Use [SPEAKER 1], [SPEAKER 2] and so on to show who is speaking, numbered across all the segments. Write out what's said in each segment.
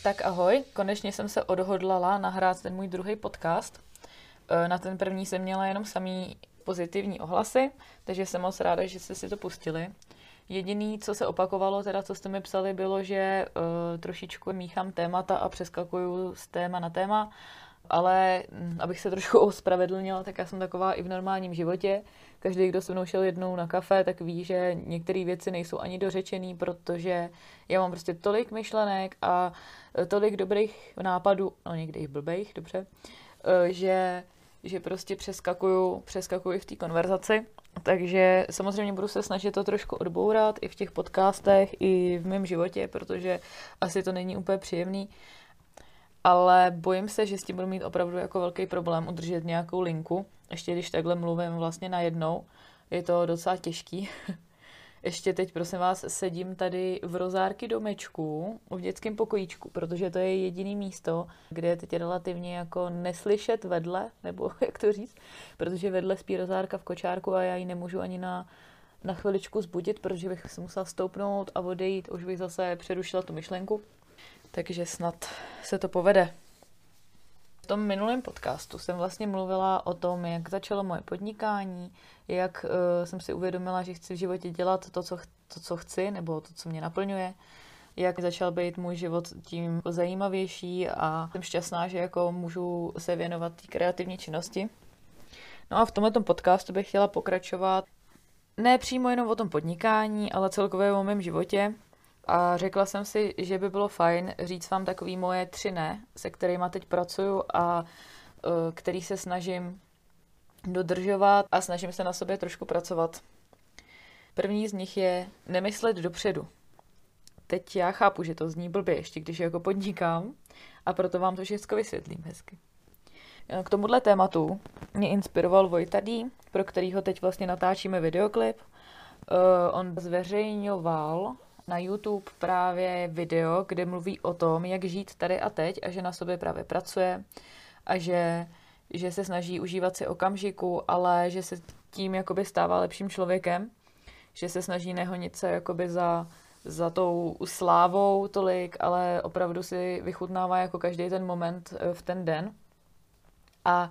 [SPEAKER 1] Tak ahoj, konečně jsem se odhodlala nahrát ten můj druhý podcast. Na ten první jsem měla jenom samý pozitivní ohlasy, takže jsem moc ráda, že jste si to pustili. Jediný, co se opakovalo, teda co jste mi psali, bylo, že trošičku míchám témata a přeskakuju z téma na téma, ale abych se trošku ospravedlnila, tak já jsem taková i v normálním životě. Každý, kdo se mnou šel jednou na kafe, tak ví, že některé věci nejsou ani dořečený, protože já mám prostě tolik myšlenek a tolik dobrých nápadů, no někdy i blbejch, dobře, že prostě přeskakuju v té konverzaci. Takže samozřejmě budu se snažit to trošku odbourat i v těch podcastech, i v mém životě, protože asi to není úplně příjemný. Ale bojím se, že s tím budu mít opravdu jako velký problém udržet nějakou linku. Ještě když takhle mluvím vlastně najednou, je to docela těžký. Ještě teď, prosím vás, sedím tady v Rozárky domečku, v dětském pokojíčku, protože to je jediné místo, kde je teď relativně jako neslyšet vedle, nebo jak to říct, protože vedle spí Rozárka v kočárku a já ji nemůžu ani na chviličku zbudit, protože bych se musela stoupnout a odejít, už bych zase přerušila tu myšlenku. Takže snad se to povede. V tom minulém podcastu jsem vlastně mluvila o tom, jak začalo moje podnikání, jak jsem si uvědomila, že chci v životě dělat to, co chci, nebo to, co mě naplňuje, jak začal být můj život tím zajímavější a jsem šťastná, že jako můžu se věnovat té kreativní činnosti. No a v tomto podcastu bych chtěla pokračovat ne přímo jenom o tom podnikání, ale celkově o mém životě. A řekla jsem si, že by bylo fajn říct vám takový moje 3 ne, se kterýma teď pracuju a který se snažím dodržovat a snažím se na sobě trošku pracovat. První z nich je nemyslet dopředu. Teď já chápu, že to zní blbě, ještě když jako podnikám, a proto vám to všechno vysvětlím hezky. K tomuhle tématu mě inspiroval Vojta D., pro kterýho teď vlastně natáčíme videoklip. On zveřejňoval na YouTube právě video, kde mluví o tom, jak žít tady a teď a že na sobě právě pracuje a že se snaží užívat si okamžiku, ale že se tím jakoby stává lepším člověkem, že se snaží nehonit se jakoby za tou slávou tolik, ale opravdu si vychutnává jako každý ten moment v ten den. A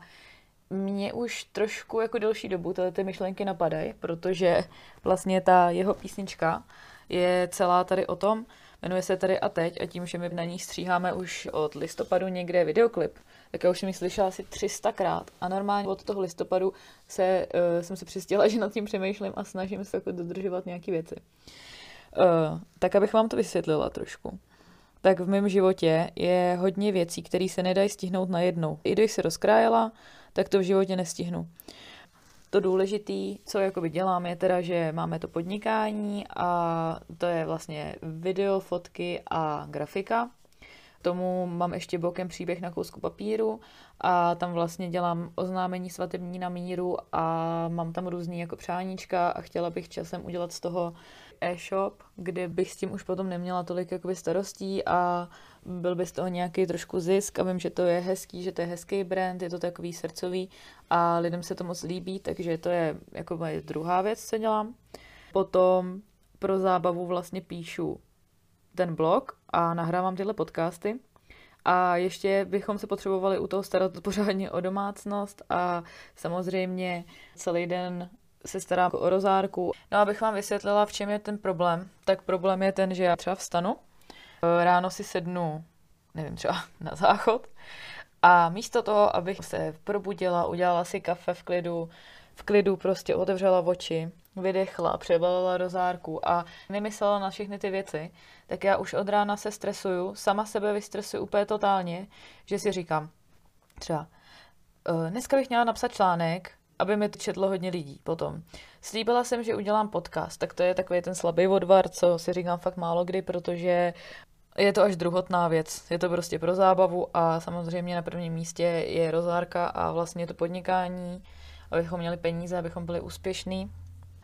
[SPEAKER 1] mě už trošku jako delší dobu ty myšlenky napadají, protože vlastně ta jeho písnička je celá tady o tom, jmenuje se Tady a teď a tím, že my na ní stříháme už od listopadu někde videoklip, tak já už jsem ji slyšela asi 300krát a normálně od toho listopadu jsem se přistihla, že nad tím přemýšlím a snažím se jako dodržovat nějaké věci. Tak abych vám to vysvětlila trošku. Tak v mém životě je hodně věcí, které se nedají stihnout najednou. I když se rozkrájela, tak to v životě nestihnu. To důležité, co jakoby dělám, je teda, že máme to podnikání a to je vlastně video, fotky a grafika. K tomu mám ještě bokem příběh na kousku papíru a tam vlastně dělám oznámení svatební na míru a mám tam různý jako přáníčka a chtěla bych časem udělat z toho e-shop, kde bych s tím už potom neměla tolik jakoby starostí a byl by z toho nějaký trošku zisk a vím, že to je hezký, že to je hezký brand, je to takový srdcový a lidem se to moc líbí, takže to je jako moje druhá věc, co dělám. Potom pro zábavu vlastně píšu ten blog a nahrávám tyhle podcasty. A ještě bychom se potřebovali u toho starat pořádně o domácnost a samozřejmě celý den se starám o Rozárku. No abych vám vysvětlila, v čem je ten problém, tak problém je ten, že já třeba vstanu, ráno si sednu, nevím, třeba na záchod a místo toho, abych se probudila, udělala si kafe v klidu prostě otevřela oči, vydechla, přebalila Rozárku a nemyslela na všechny ty věci, tak já už od rána se stresuju, sama sebe vystresuju úplně totálně, že si říkám, třeba dneska bych měla napsat článek, aby mi to četlo hodně lidí potom. Slíbila jsem, že udělám podcast, tak to je takový ten slabý odvar, co si říkám fakt málo kdy, protože je to až druhotná věc. Je to prostě pro zábavu a samozřejmě na prvním místě je Rozárka a vlastně to podnikání, abychom měli peníze, abychom byli úspěšní.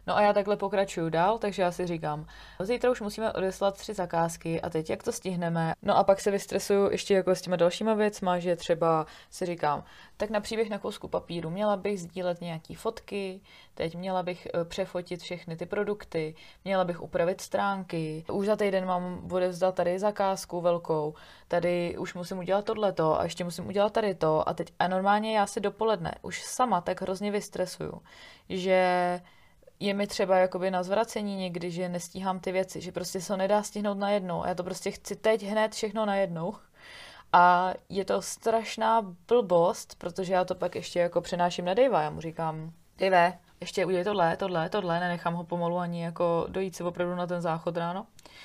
[SPEAKER 1] No a já takhle pokračuju dál, takže já si říkám, zítra už musíme odeslat 3 zakázky a teď jak to stihneme. No a pak se vystresuju ještě jako s těma dalšíma věcma, že třeba si říkám, tak na příběh na kousku papíru měla bych sdílet nějaký fotky, teď měla bych přefotit všechny ty produkty, měla bych upravit stránky, už za týden mám odevzdat tady zakázku velkou, tady už musím udělat tohleto a ještě musím udělat tady to a normálně já si dopoledne už sama tak hrozně vystresuju, že je mi třeba jakoby na zvracení někdy, že nestíhám ty věci, že prostě se to nedá stihnout najednou a já to prostě chci teď hned všechno najednou. A je to strašná blbost, protože já to pak ještě jako přenáším na Davea. Já mu říkám, Dave, ještě udělej tohle, nenechám ho pomalu ani jako dojít si opravdu na ten záchod ráno.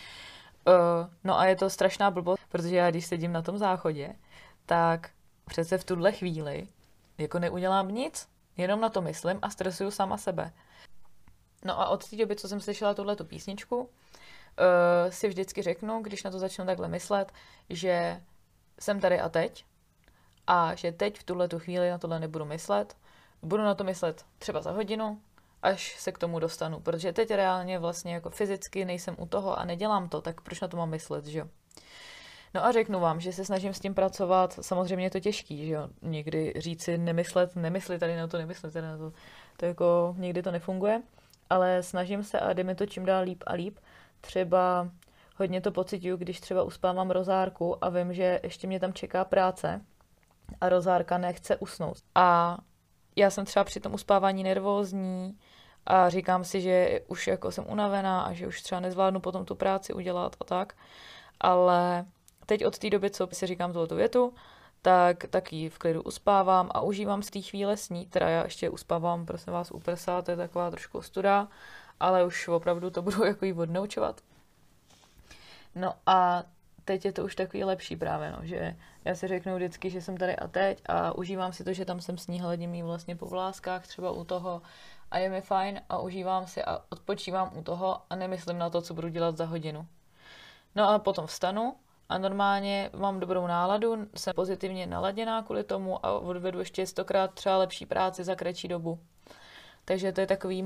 [SPEAKER 1] No a je to strašná blbost, protože já když sedím na tom záchodě, tak přece v tuhle chvíli jako neudělám nic, jenom na to myslím a stresuju sama sebe. No a od té doby, co jsem slyšela tuhletu písničku, si vždycky řeknu, když na to začnu takhle myslet, že jsem tady a teď a že teď v tuhletu chvíli na tohle nebudu myslet. Budu na to myslet třeba za hodinu, až se k tomu dostanu, protože teď reálně vlastně jako fyzicky nejsem u toho a nedělám to, tak proč na to mám myslet, že jo? No a řeknu vám, že se snažím s tím pracovat, samozřejmě je to těžký, že jo? Někdy říci nemysli tady na to, to jako někdy to nefunguje, ale snažím se a jde mi to čím dál líp a líp. Třeba hodně to pociťuju, když třeba uspávám rozárku a vím, že ještě mě tam čeká práce a rozárka nechce usnout. A já jsem třeba při tom uspávání nervózní a říkám si, že už jako jsem unavená a že už třeba nezvládnu potom tu práci udělat a tak. Ale teď od té doby, co si říkám tuhletu větu, tak taky v klidu uspávám a užívám z té chvíle sní, teda já ještě uspávám, prosím vás, u prsa, to je taková trošku ostuda, ale už opravdu to budu jako jí odnaučovat. No a teď je to už takový lepší právě, no, že já si řeknu vždycky, že jsem tady a teď a užívám si to, že tam jsem s ní, hledím jí vlastně po vláskách třeba u toho a je mi fajn a užívám si a odpočívám u toho a nemyslím na to, co budu dělat za hodinu. No a potom vstanu a normálně mám dobrou náladu, jsem pozitivně naladěná kvůli tomu a odvedu ještě 100krát třeba lepší práci za kratší dobu. Takže to je takový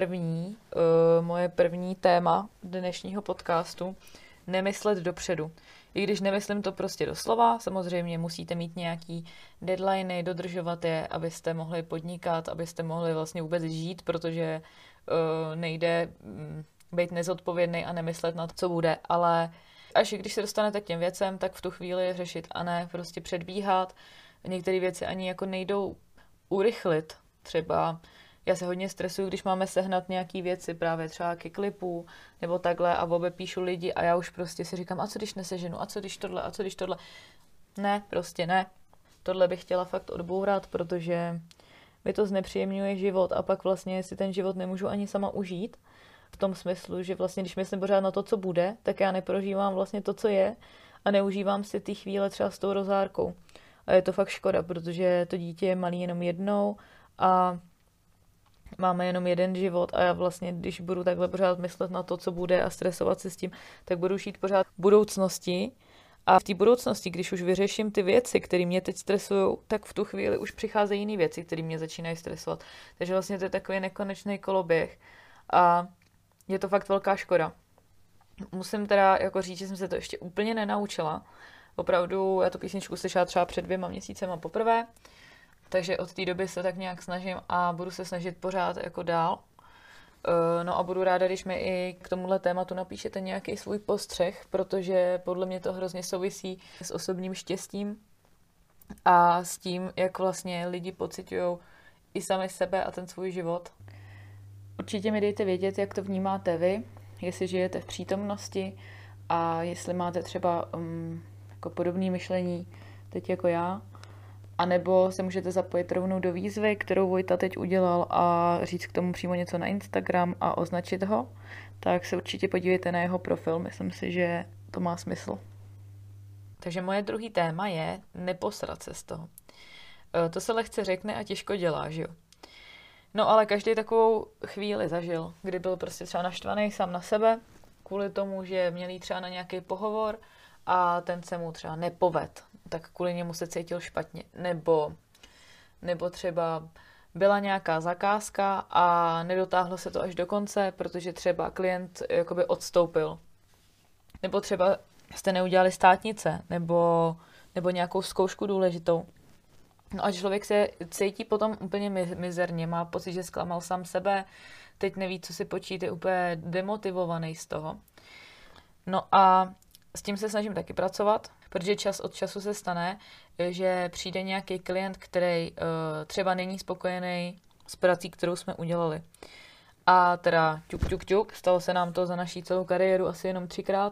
[SPEAKER 1] moje první téma dnešního podcastu. Nemyslet dopředu. I když nemyslím to prostě doslova, samozřejmě musíte mít nějaký deadliny, dodržovat je, abyste mohli podnikat, abyste mohli vlastně vůbec žít, protože nejde být nezodpovědný a nemyslet na to, co bude, ale až když se dostanete k těm věcem, tak v tu chvíli řešit a ne prostě předbíhat. Některé věci ani jako nejdou urychlit. Třeba já se hodně stresuju, když máme sehnat nějaký věci právě třeba ke klipu nebo takhle a obepíšu lidi a já už prostě si říkám, a co když neseženu, a co když tohle. Ne, prostě ne. Tohle bych chtěla fakt odbourat, protože mi to znepříjemňuje život a pak vlastně si ten život nemůžu ani sama užít. V tom smyslu, že vlastně když myslím pořád na to, co bude, tak já neprožívám vlastně to, co je a neužívám si ty chvíle třeba s tou rozárkou. A je to fakt škoda, protože to dítě je malý jenom jednou a máme jenom jeden život a já vlastně, když budu takhle pořád myslet na to, co bude a stresovat se s tím, tak budu žít pořád v budoucnosti a v té budoucnosti, když už vyřeším ty věci, které mě teď stresují, tak v tu chvíli už přicházejí jiné věci, které mě začínají stresovat. Takže vlastně to je takový nekonečný koloběh a je to fakt velká škoda. Musím teda jako říct, že jsem se to ještě úplně nenaučila. Opravdu, já tu písničku slyšela třeba před 2 měsícema poprvé, takže od té doby se tak nějak snažím a budu se snažit pořád jako dál. No a budu ráda, když mi i k tomuhle tématu napíšete nějaký svůj postřeh, protože podle mě to hrozně souvisí s osobním štěstím a s tím, jak vlastně lidi pociťují i sami sebe a ten svůj život. Určitě mi dejte vědět, jak to vnímáte vy, jestli žijete v přítomnosti a jestli máte třeba jako podobné myšlení teď jako já. A nebo se můžete zapojit rovnou do výzvy, kterou Vojta teď udělal a říct k tomu přímo něco na Instagram a označit ho. Tak se určitě podívejte na jeho profil, myslím si, že to má smysl. Takže moje druhý téma je neposrat se z toho. To se lehce řekne a těžko dělá, že jo? No ale každý takovou chvíli zažil, kdy byl prostě třeba naštvaný sám na sebe, kvůli tomu, že měl jít třeba na nějaký pohovor a ten se mu třeba nepoved, tak kvůli němu se cítil špatně. Nebo třeba byla nějaká zakázka a nedotáhlo se to až do konce, protože třeba klient jakoby odstoupil. Nebo třeba jste neudělali státnice, nebo nějakou zkoušku důležitou. No a člověk se cítí potom úplně mizerně, má pocit, že zklamal sám sebe, teď neví, co si počít, je úplně demotivovaný z toho. No a s tím se snažím taky pracovat, protože čas od času se stane, že přijde nějaký klient, který třeba není spokojený s prací, kterou jsme udělali. A teda ťuk, stalo se nám to za naší celou kariéru asi jenom 3krát.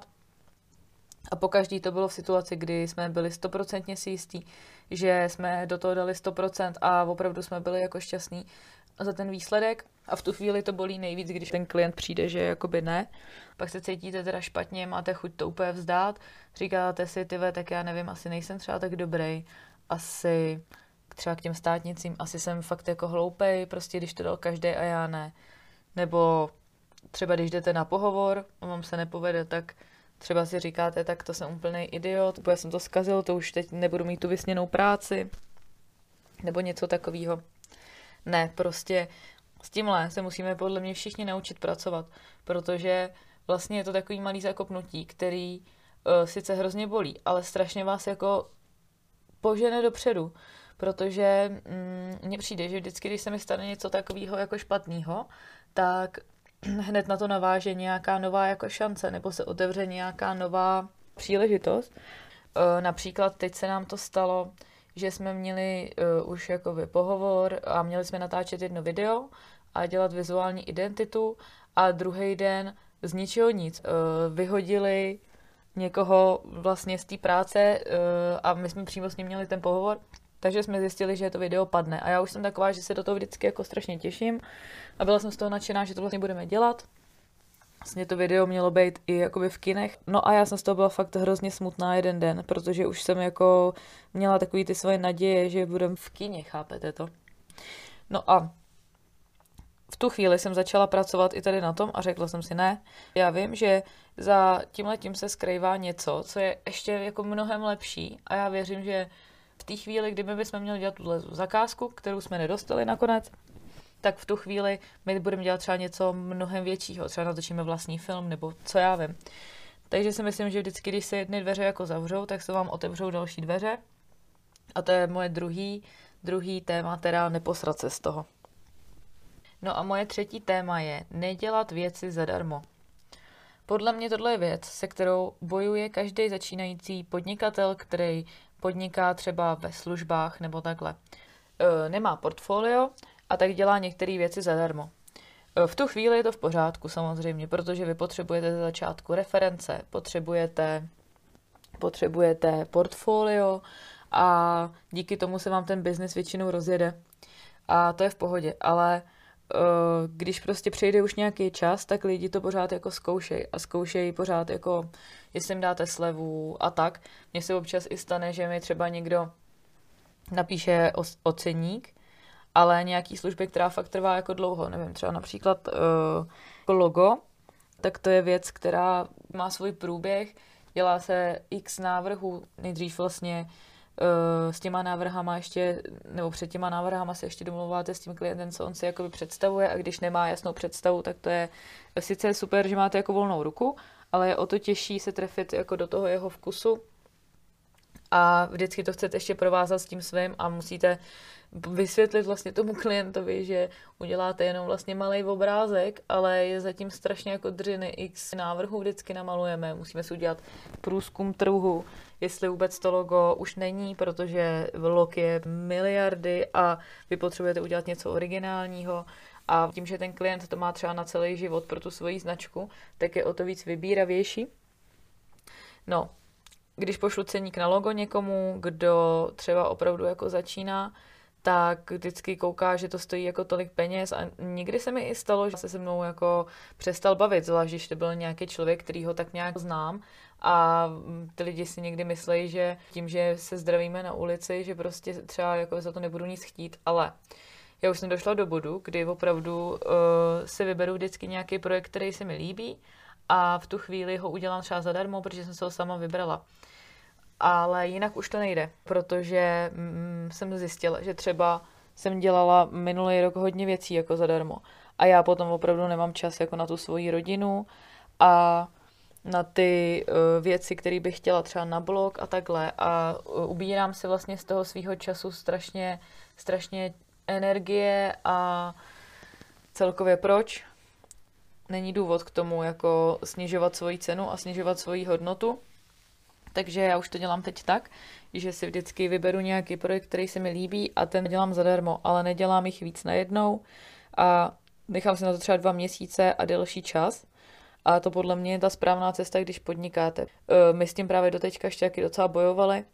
[SPEAKER 1] A pokaždý to bylo v situaci, kdy jsme byli 100% si jistí, že jsme do toho dali 100% a opravdu jsme byli jako šťastní za ten výsledek. A v tu chvíli to bolí nejvíc, když ten klient přijde, že jakoby ne. Pak se cítíte teda špatně, máte chuť to úplně vzdát. Říkáte si, tak já nevím, asi nejsem třeba tak dobrý. Asi třeba k těm státnicím, asi jsem fakt jako hloupej, prostě když to dal každý a já ne. Nebo třeba když jdete na pohovor a vám se nepovede, tak třeba si říkáte, tak to jsem úplný idiot, já jsem to zkazil, to už teď nebudu mít tu vysněnou práci. Nebo něco takového. Ne, prostě s tímhle se musíme podle mě všichni naučit pracovat, protože vlastně je to takový malý zakopnutí, který sice hrozně bolí, ale strašně vás jako požene dopředu, protože mně přijde, že vždycky, když se mi stane něco takového jako špatného, tak hned na to naváže nějaká nová jako šance, nebo se otevře nějaká nová příležitost. Například teď se nám to stalo, že jsme měli už jakoby pohovor a měli jsme natáčet jedno video a dělat vizuální identitu a druhý den z ničeho nic vyhodili někoho vlastně z té práce a my jsme přímo s ním měli ten pohovor, takže jsme zjistili, že to video padne a já už jsem taková, že se do toho vždycky jako strašně těším a byla jsem z toho nadšená, že to vlastně budeme dělat. Vlastně to video mělo být i jakoby v kinech. No a já jsem z toho byla fakt hrozně smutná jeden den, protože už jsem jako měla takový ty svoje naděje, že budem v kině, chápete to? No a v tu chvíli jsem začala pracovat i tady na tom a řekla jsem si ne. Já vím, že za tímhletím se skrývá něco, co je ještě jako mnohem lepší a já věřím, že v té chvíli, kdyby bychom měli dělat tuhle zakázku, kterou jsme nedostali nakonec, tak v tu chvíli my budeme dělat třeba něco mnohem většího, třeba natočíme vlastní film, nebo co já vím. Takže si myslím, že vždycky, když se jedny dveře jako zavřou, tak se vám otevřou další dveře. A to je moje druhý téma, teda neposrat se z toho. No a moje třetí téma je nedělat věci zadarmo. Podle mě tohle je věc, se kterou bojuje každý začínající podnikatel, který podniká třeba ve službách nebo takhle. Nemá portfolio a tak dělá některé věci zadarmo. V tu chvíli je to v pořádku samozřejmě, protože vy potřebujete za začátku reference, potřebujete portfolio a díky tomu se vám ten biznis většinou rozjede. A to je v pohodě, ale když prostě přejde už nějaký čas, tak lidi to pořád jako zkoušejí pořád jako, jestli jim dáte slevu a tak. Mně se občas i stane, že mi třeba někdo napíše oceník, ale nějaký služby, která fakt trvá jako dlouho, nevím, třeba například logo, tak to je věc, která má svůj průběh, dělá se x návrhů, nejdřív vlastně s těma návrhama ještě, nebo před těma návrhama se ještě domluváte s tím klientem, co on si jakoby představuje a když nemá jasnou představu, tak to je sice super, že máte jako volnou ruku, ale je o to těžší se trefit jako do toho jeho vkusu a vždycky to chcete ještě provázat s tím svým a musíte vysvětlit vlastně tomu klientovi, že uděláte jenom vlastně malej obrázek, ale je zatím strašně jako dřiny, x návrhů vždycky namalujeme, musíme si udělat průzkum trhu, jestli vůbec to logo už není, protože log je miliardy a vy potřebujete udělat něco originálního a tím, že ten klient to má třeba na celý život pro tu svoji značku, tak je o to víc vybíravější. No, když pošlu ceník na logo někomu, kdo třeba opravdu jako začíná, tak vždycky kouká, že to stojí jako tolik peněz a někdy se mi i stalo, že se mnou jako přestal bavit, zvlášť když to byl nějaký člověk, který ho tak nějak znám a ty lidi si někdy myslejí, že tím, že se zdravíme na ulici, že prostě třeba jako za to nebudu nic chtít, ale já už jsem došla do bodu, kdy opravdu si vyberu vždycky nějaký projekt, který se mi líbí a v tu chvíli ho udělám třeba zadarmo, protože jsem se ho sama vybrala. Ale jinak už to nejde, protože jsem zjistila, že třeba jsem dělala minulý rok hodně věcí jako zadarmo. A já potom opravdu nemám čas jako na tu svoji rodinu a na ty věci, které bych chtěla třeba na blog a takhle. A ubírám si vlastně z toho svýho času strašně energie a celkově proč? Není důvod k tomu jako snižovat svoji cenu a snižovat svoji hodnotu. Takže já už to dělám teď tak, že si vždycky vyberu nějaký projekt, který se mi líbí a ten dělám zadarmo, ale nedělám jich víc najednou a nechám si na to třeba 2 měsíce a delší čas. A to podle mě je ta správná cesta, když podnikáte. My s tím právě doteďka ještě taky docela bojovali,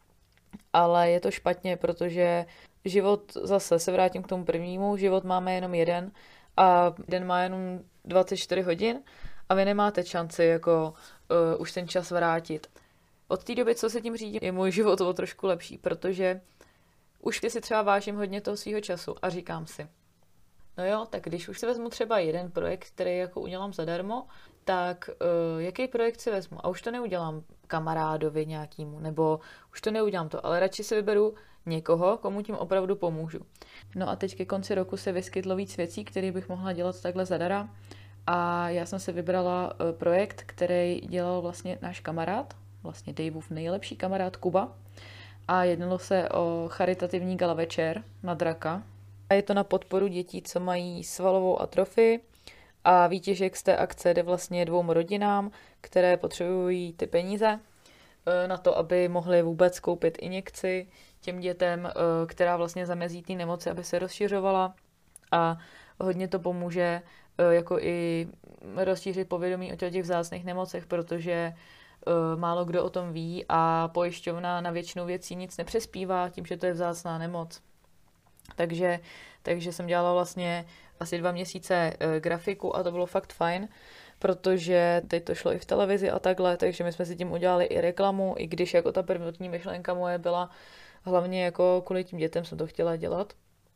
[SPEAKER 1] ale je to špatně, protože život, zase se vrátím k tomu prvnímu, život máme jenom jeden a den má jenom 24 hodin a vy nemáte šanci jako už ten čas vrátit. Od té doby, co se tím řídím, je můj život o trošku lepší, protože už si třeba vážím hodně toho svého času a říkám si, no jo, tak když už si vezmu třeba jeden projekt, který jako udělám zadarmo, tak jaký projekt si vezmu? A už to neudělám kamarádovi nějakému, nebo už to neudělám to, ale radši si vyberu někoho, komu tím opravdu pomůžu. No a teď ke konci roku se vyskytlo víc věcí, které bych mohla dělat takhle zadara. A já jsem si vybrala projekt, který dělal vlastně náš kamarád, vlastně Daveův nejlepší kamarád Kuba. A jednalo se o charitativní gala večer na Draka. A je to na podporu dětí, co mají svalovou atrofii. A výtěžek z té akce jde vlastně 2 rodinám, které potřebují ty peníze na to, aby mohly vůbec koupit injekci těm dětem, která vlastně zamezí té nemoci, aby se rozšiřovala. A hodně to pomůže jako i rozšířit povědomí o těch vzácných nemocech, protože málo kdo o tom ví a pojišťovna na většinu věcí nic nepřespívá tím, že to je vzácná nemoc. Takže jsem dělala vlastně asi 2 měsíce grafiku a to bylo fakt fajn, protože teď to šlo i v televizi a takhle, takže my jsme si tím udělali i reklamu, i když jako ta prvotní myšlenka moje byla hlavně jako kvůli tím dětem jsem to chtěla dělat,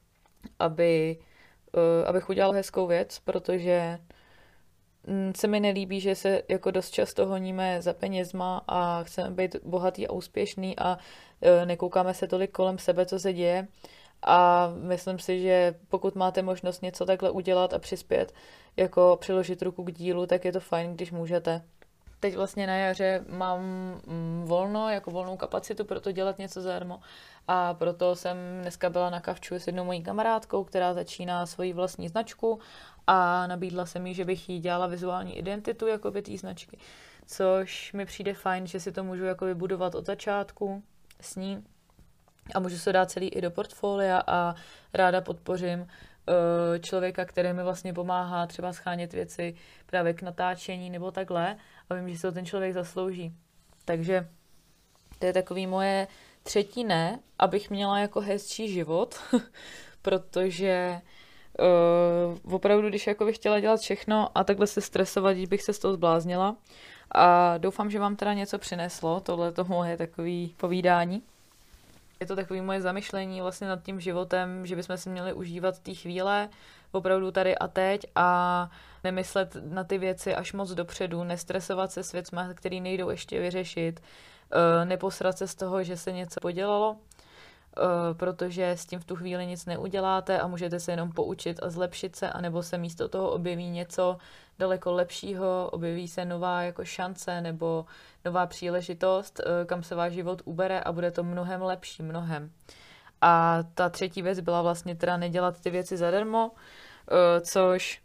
[SPEAKER 1] abych udělala hezkou věc, protože se mi nelíbí, že se jako dost často honíme za penězma a chceme být bohatý a úspěšný a nekoukáme se tolik kolem sebe, co se děje. A myslím si, že pokud máte možnost něco takhle udělat a přispět, jako přiložit ruku k dílu, tak je to fajn, když můžete. Teď vlastně na jaře mám volnou kapacitu pro to dělat něco zadarmo a proto jsem dneska byla na kavču s jednou mojí kamarádkou, která začíná svoji vlastní značku a nabídla se mi, že bych jí dělala vizuální identitu jakoby té značky, což mi přijde fajn, že si to můžu jako vybudovat od začátku s ní a můžu se dát celý i do portfolia a ráda podpořím člověka, který mi vlastně pomáhá třeba schánět věci právě k natáčení nebo takhle a vím, že se to ten člověk zaslouží. Takže to je takový moje 3. ne, abych měla jako hezčí život, protože opravdu, když jako bych chtěla dělat všechno a takhle se stresovat, když bych se z toho zbláznila. A doufám, že vám teda něco přineslo, tohle to moje takový povídání. Je to takové moje zamyšlení vlastně nad tím životem, že bychom si měli užívat ty chvíle, opravdu tady a teď a nemyslet na ty věci až moc dopředu, nestresovat se s věcmi, které nejdou ještě vyřešit, neposrat se z toho, že se něco podělalo, protože s tím v tu chvíli nic neuděláte a můžete se jenom poučit a zlepšit se, anebo se místo toho objeví něco daleko lepšího, objeví se nová jako šance nebo nová příležitost, kam se váš život ubere a bude to mnohem lepší, mnohem. A ta 3. věc byla vlastně teda nedělat ty věci zadarmo, což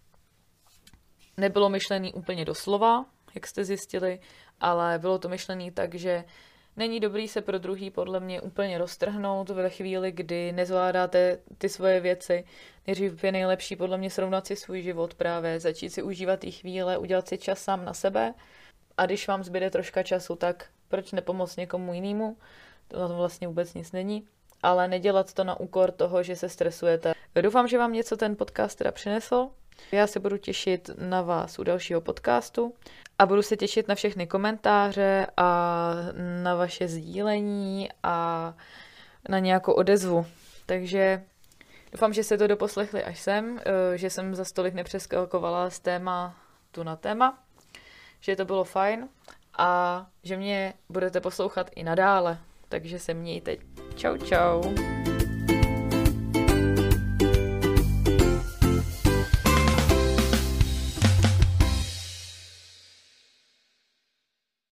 [SPEAKER 1] nebylo myšlený úplně doslova, jak jste zjistili, ale bylo to myšlený tak, že není dobrý se pro druhý podle mě úplně roztrhnout ve chvíli, kdy nezvládáte ty svoje věci. Nejdřív je nejlepší podle mě srovnat si svůj život právě, začít si užívat ty chvíle, udělat si čas sám na sebe a když vám zbyde troška času, tak proč nepomoct někomu jinému? To na tom vlastně vůbec nic není, ale nedělat to na úkor toho, že se stresujete. Doufám, že vám něco ten podcast teda přinesl. Já se budu těšit na vás u dalšího podcastu a budu se těšit na všechny komentáře a na vaše sdílení a na nějakou odezvu. Takže doufám, že se to doposlechli až sem, že jsem za stolik nepřeskakovala z tématu na téma, že to bylo fajn a že mě budete poslouchat i nadále. Takže se mějte. Čau, čau.